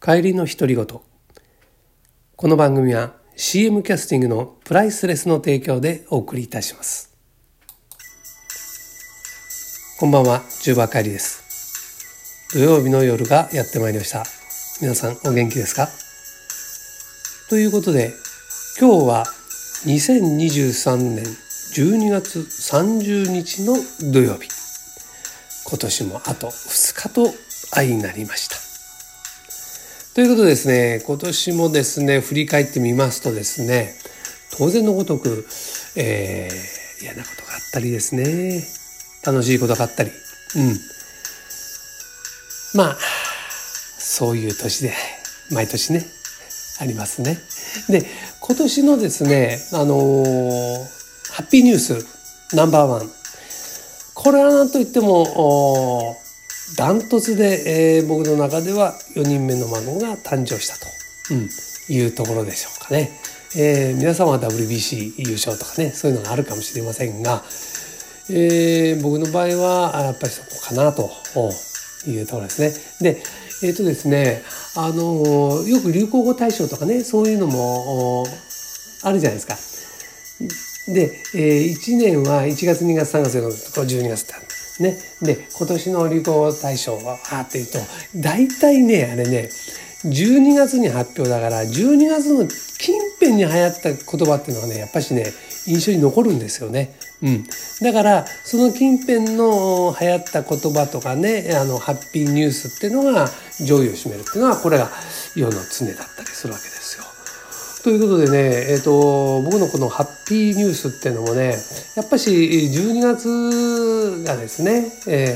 帰りの独り言。この番組は CM キャスティングのプライスレスの提供でお送りいたします。こんばんは、十葉帰りです。土曜日の夜がやってまいりました。皆さんお元気ですか？ということで、今日は2023年12月30日の土曜日。今年もあと2日と相なりました。ということでですね、今年もですね、振り返ってみますとですね、当然のごとく、嫌なことがあったりですね、楽しいことがあったり、まあ、そういう年で、毎年ね、ありますね。で、今年のですね、ハッピーニュースナンバー1。これはなんといっても、ダントツで、僕の中では4人目の孫が誕生したと、いうところでしょうかね。皆さんは WBC 優勝とかね、そういうのがあるかもしれませんが、僕の場合はやっぱりそこかなというところですね。で、ですね、よく流行語大賞とかね、そういうのもあるじゃないですか。で、1年は1月2月3月4月12月ってある。ね。で、今年の流行語大賞はっていうと、大体ね、あれね、12月に発表だから、12月の近辺に流行った言葉っていうのはね、やっぱしね、印象に残るんですよね。だから、その近辺の流行った言葉とかね、ハッピーニュースっていうのが上位を占めるっていうのは、これが世の常だったりするわけですよ。ということでね、僕のこのハッピーニュースっていうのもね、やっぱし12月がですね、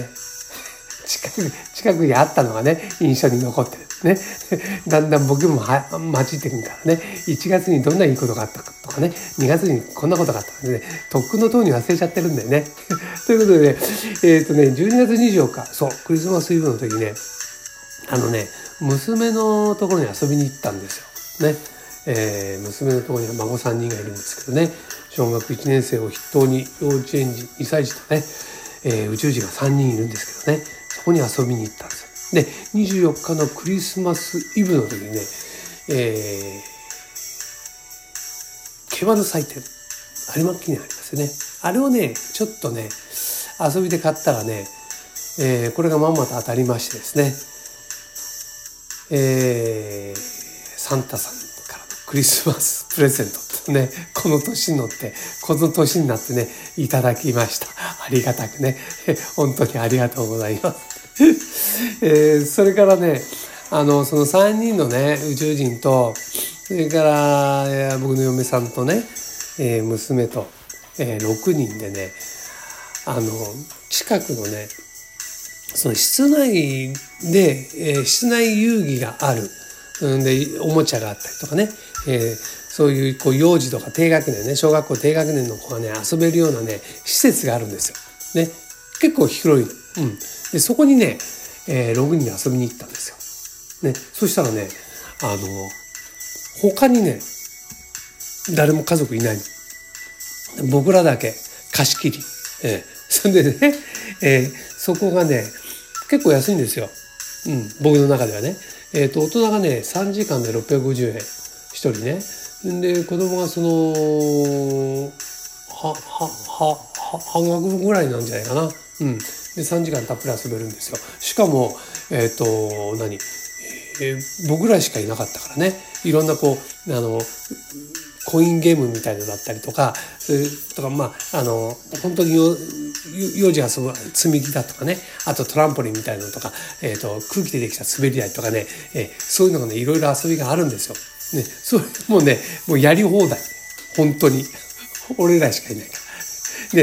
近くにあったのがね、印象に残ってるね。だんだん僕も混じってくるからね、1月にどんないいことがあったかとかね、2月にこんなことがあったかね、とっくのとうに忘れちゃってるんだよね。ということでね、12月24日、そう、クリスマスイブの時ね、娘のところに遊びに行ったんですよ。ね。娘のところには孫3人がいるんですけどね、小学1年生を筆頭に幼稚園児2歳児とね、宇宙人が3人いるんですけどね、そこに遊びに行ったんですよ。で、24日のクリスマスイブの時にね、競馬の祭典、有馬記念ありますよね。あれをね、ちょっとね、遊びで買ったらね、これがまんまと当たりましてですね、サンタさんからのクリスマスプレゼントってね、この年になってね、いただきました。ありがたくね、本当にありがとうございます。それからね、その3人のね、宇宙人と、それから僕の嫁さんとね、娘と、6人でね、近くのね、その室内で、室内遊戯がある。で、おもちゃがあったりとかね、そういう、幼児とか低学年ね、小学校低学年の子がね、遊べるようなね、施設があるんですよ。ね。結構広いの。で、そこにね、6人で遊びに行ったんですよ。ね。そしたらね、他にね、誰も家族いないの。僕らだけ貸し切り。それでね、そこがね、結構安いんですよ。僕の中ではね。大人がね、3時間で650円。一人ね。で、子供が半額ぐらいなんじゃないかな。で、3時間たっぷり遊べるんですよ。しかも、僕らしかいなかったからね。いろんなコインゲームみたいなのだったりとか、本当に幼児が遊ぶ積み木だとかね、あとトランポリンみたいなのとか、空気でできた滑り台とかね、そういうのがね、いろいろ遊びがあるんですよ。ね、それもね、もうやり放題。本当に。俺らしかいないから。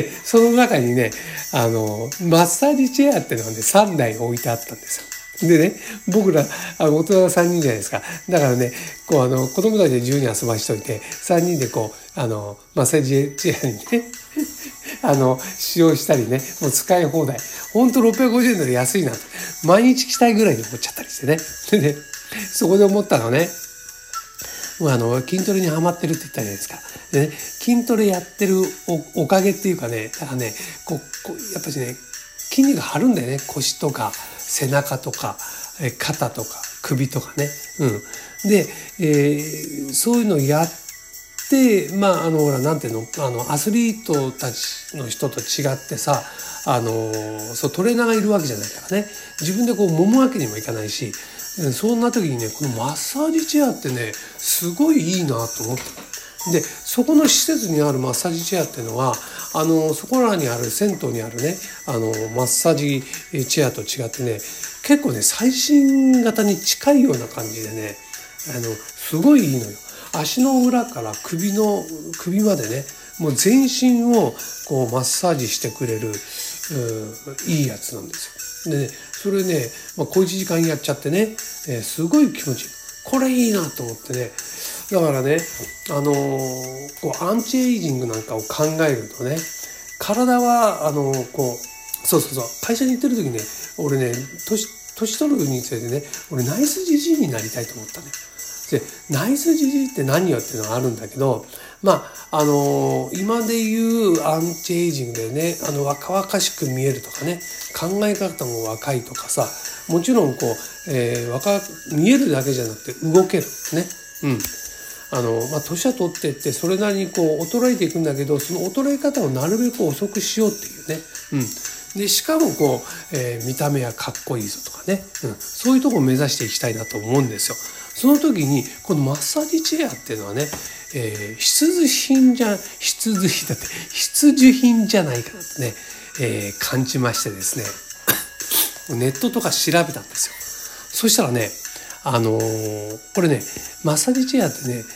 で、その中にね、マッサージチェアっていうのがね、3台置いてあったんですよ。でね、僕ら、大人が3人じゃないですか。だからね、子供たちで自由に遊ばしといて、3人でマッサージチェアにね、使用したりね、もう使い放題。ほんと650円で安いなって、毎日来たいぐらいに思っちゃったりしてね。でね、そこで思ったのね、筋トレにハマってるって言ったじゃないですか。でね、筋トレやってる おかげっていうかね、だからね、やっぱりね、筋肉張るんだよね。腰とか背中とか肩とか首とかね。で、そういうのをやって、ほら、なんていうの、アスリートたちの人と違ってさ、そう、トレーナーがいるわけじゃないからね。自分でこう揉むわけにもいかないし、そんな時にね、このマッサージチェアってね、すごいいいなと思った。で、そこの施設にあるマッサージチェアっていうのは、そこらにある銭湯にあるね、マッサージチェアと違ってね、結構ね、最新型に近いような感じでね、すごいいいのよ。足の裏から首までね、もう全身をこうマッサージしてくれる、いいやつなんですよ。でね、それね、小1時間やっちゃってね、すごい気持ちいい。これいいなと思ってね。だからね、こうアンチエイジングなんかを考えるとね、体はそう会社に行ってる時ね、俺ね、年取るにつれてね、俺ナイスジジイになりたいと思ったね。で、ナイスジジイって何よっていうのがあるんだけど、今で言うアンチエイジングでね、若々しく見えるとかね、考え方も若いとかさ、もちろんこう、見えるだけじゃなくて動けるね。年は取ってってそれなりにこう衰えていくんだけど、その衰え方をなるべく遅くしようっていうね。で、しかもこう、見た目はかっこいいぞとかね。そういうところを目指していきたいなと思うんですよ。その時に、このマッサージチェアっていうのはね、必需品じゃないかなってね、感じましてですね、ネットとか調べたんですよ。そしたらね、これね、マッサージチェアってね、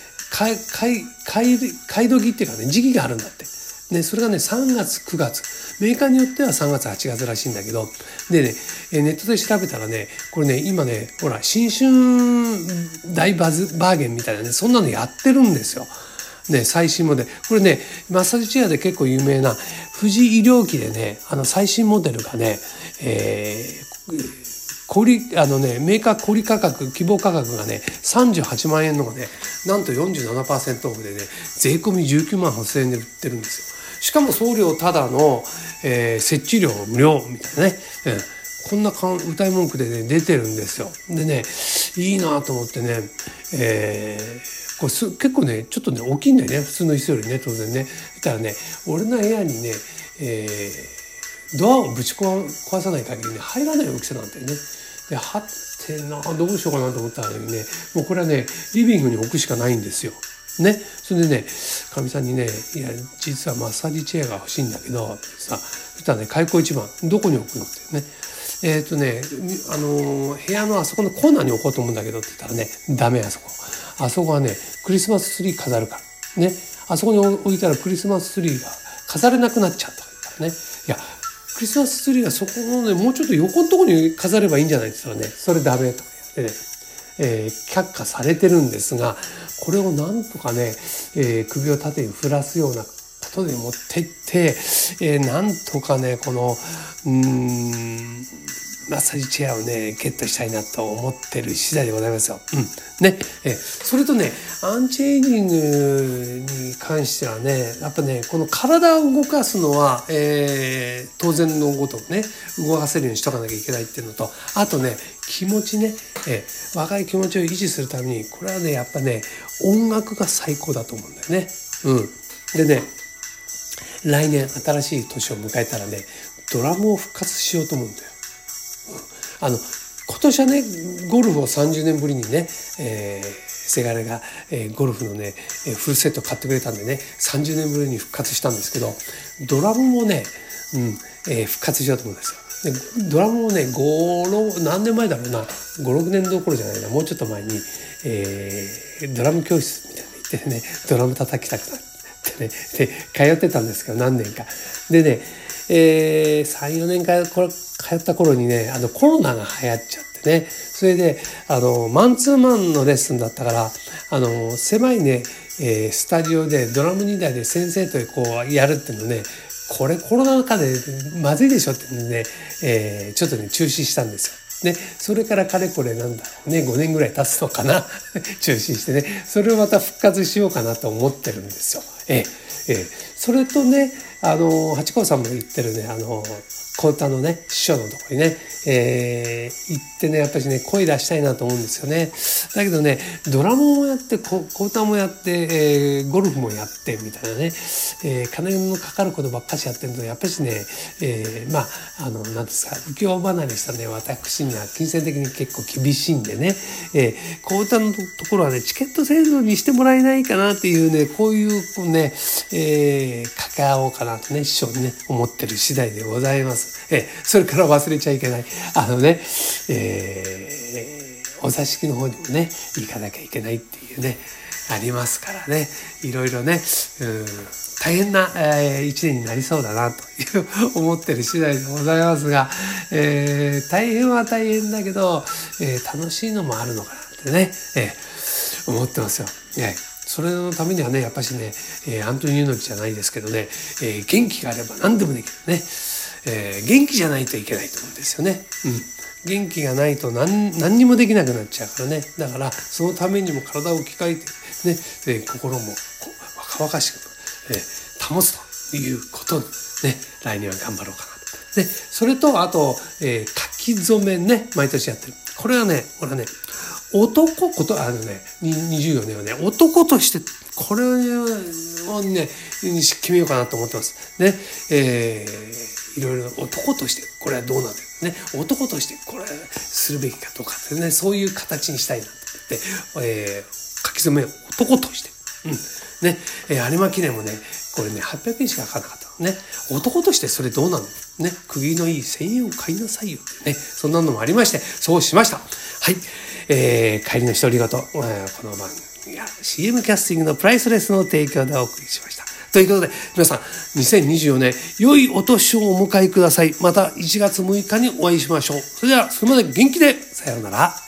買い時っていうかね、時期があるんだって。ね、それがね、3月、9月。メーカーによっては3月、8月らしいんだけど、でね、ネットで調べたらね、これね、今ね、ほら、新春大バーゲンみたいなね、そんなのやってるんですよ。ね、最新モデル。これね、マッサージチェアで結構有名な、富士医療機でね、最新モデルがね、メーカー小売価格、希望価格がね、38万円のがね、なんと 47% オフでね、税込み19万8000円で売ってるんですよ。しかも送料ただの、設置料無料みたいなね、こんな歌い文句でね、出てるんですよ。でね、いいなと思ってね、これ結構ね、ちょっとね、大きいんだよね、普通の椅子よりね、当然ね。そしたらね、俺の部屋にね、ドアをぶち壊さない限りね、入らない大きさなんだよね。で、はってどうしようかなと思ったらね、もうこれはね、リビングに置くしかないんですよ。ね。それでね、かみさんにね、いや、実はマッサージチェアが欲しいんだけど、そしたらね、開口一番、どこに置くのってね。部屋のあそこのコーナーに置こうと思うんだけどって言ったらね、ダメあそこ。あそこはね、クリスマスツリー飾るから。ね。あそこに置いたらクリスマスツリーが飾れなくなっちゃうとか言ったらね。いや、クリスマスツリーがそこのね、もうちょっと横のところに飾ればいいんじゃないって言ったらね、それダメとか言ってね。却下されてるんですが、これをなんとかね、首を縦に振らすようなことで持っていって、なんとかね、このマッサージチェアをねゲットしたいなと思ってる次第でございますよ。ね、それとね、アンチエイジングに関してはね、やっぱね、この体を動かすのは、当然のごとくね動かせるようにしとかなきゃいけないっていうのと、あとね、気持ちね、若い気持ちを維持するために、これはね、やっぱね、音楽が最高だと思うんだよね。でね、来年新しい年を迎えたらね、ドラムを復活しようと思うんだよ。今年はね、ゴルフを30年ぶりにね、せがれが、ゴルフのね、フルセット買ってくれたんでね、30年ぶりに復活したんですけど、ドラムもね、復活しようと思うんですよ。でドラムもね、何年前だろうな、5、6年どころじゃないな、もうちょっと前に、ドラム教室みたいなの行ってね、ドラム叩きたくなってね、で、通ってたんですけど、何年か。でね、3、4年間通った頃にね、コロナが流行っちゃってね、それで、マンツーマンのレッスンだったから、狭いね、スタジオでドラム2台で先生とこうやるっていうのね、これコロナ禍でまずいでしょっていうので、ね、ちょっとね、中止したんですよ。で、それからかれこれなんだろうね、5年ぐらい経つのかな、中止してね、それをまた復活しようかなと思ってるんですよ。それとね、八甲さんも言ってるね、 小唄のね、師匠のところにね、行ってね、やっぱりね、声出したいなと思うんですよね。だけどね、ドラムもやって、小唄もやって、ゴルフもやって、みたいなね、金のかかることばっかしやってると、やっぱりね、なんですか、浮世離れしたね、私には金銭的に結構厳しいんでね、小唄のところはね、チケット制度にしてもらえないかなっていうね、こういうね、掛け合おうかなとね、師匠にね、思ってる次第でございます。それから忘れちゃいけない。お座敷の方にもね、行かなきゃいけないっていうね、ありますからね、いろいろね、大変な、一年になりそうだなという思ってる次第でございますが、大変は大変だけど、楽しいのもあるのかなってね、思ってますよ。それのためにはね、やっぱしね、アントニオ猪木じゃないですけどね、元気があれば何でもできるね。元気じゃないといけないと思うんですよね。元気がないと何にもできなくなっちゃうからね。だからそのためにも体を鍛えてね、心も若々しく、保つということでね、来年は頑張ろうかなと。で、それとあと、書き初めね、毎年やってる。これはね、24年はね、男として、これをね、決めようかなと思ってます。ね。いろいろ男として、これはどうなんだよね。男としてこれするべきかどうかってね、そういう形にしたいなと思って、書き初めを男として。ね。有馬記念もね、これね、800円しかかかなかったのね。男としてそれどうなのね。釘のいい1000円を買いなさいよってね。そんなのもありまして、そうしました。はい。帰りの独り言、この番組や CM キャスティングのプライスレスの提供でお送りしました。ということで、皆さん、2024年、良いお年をお迎えください。また1月6日にお会いしましょう。それでは、それまで元気で、さようなら。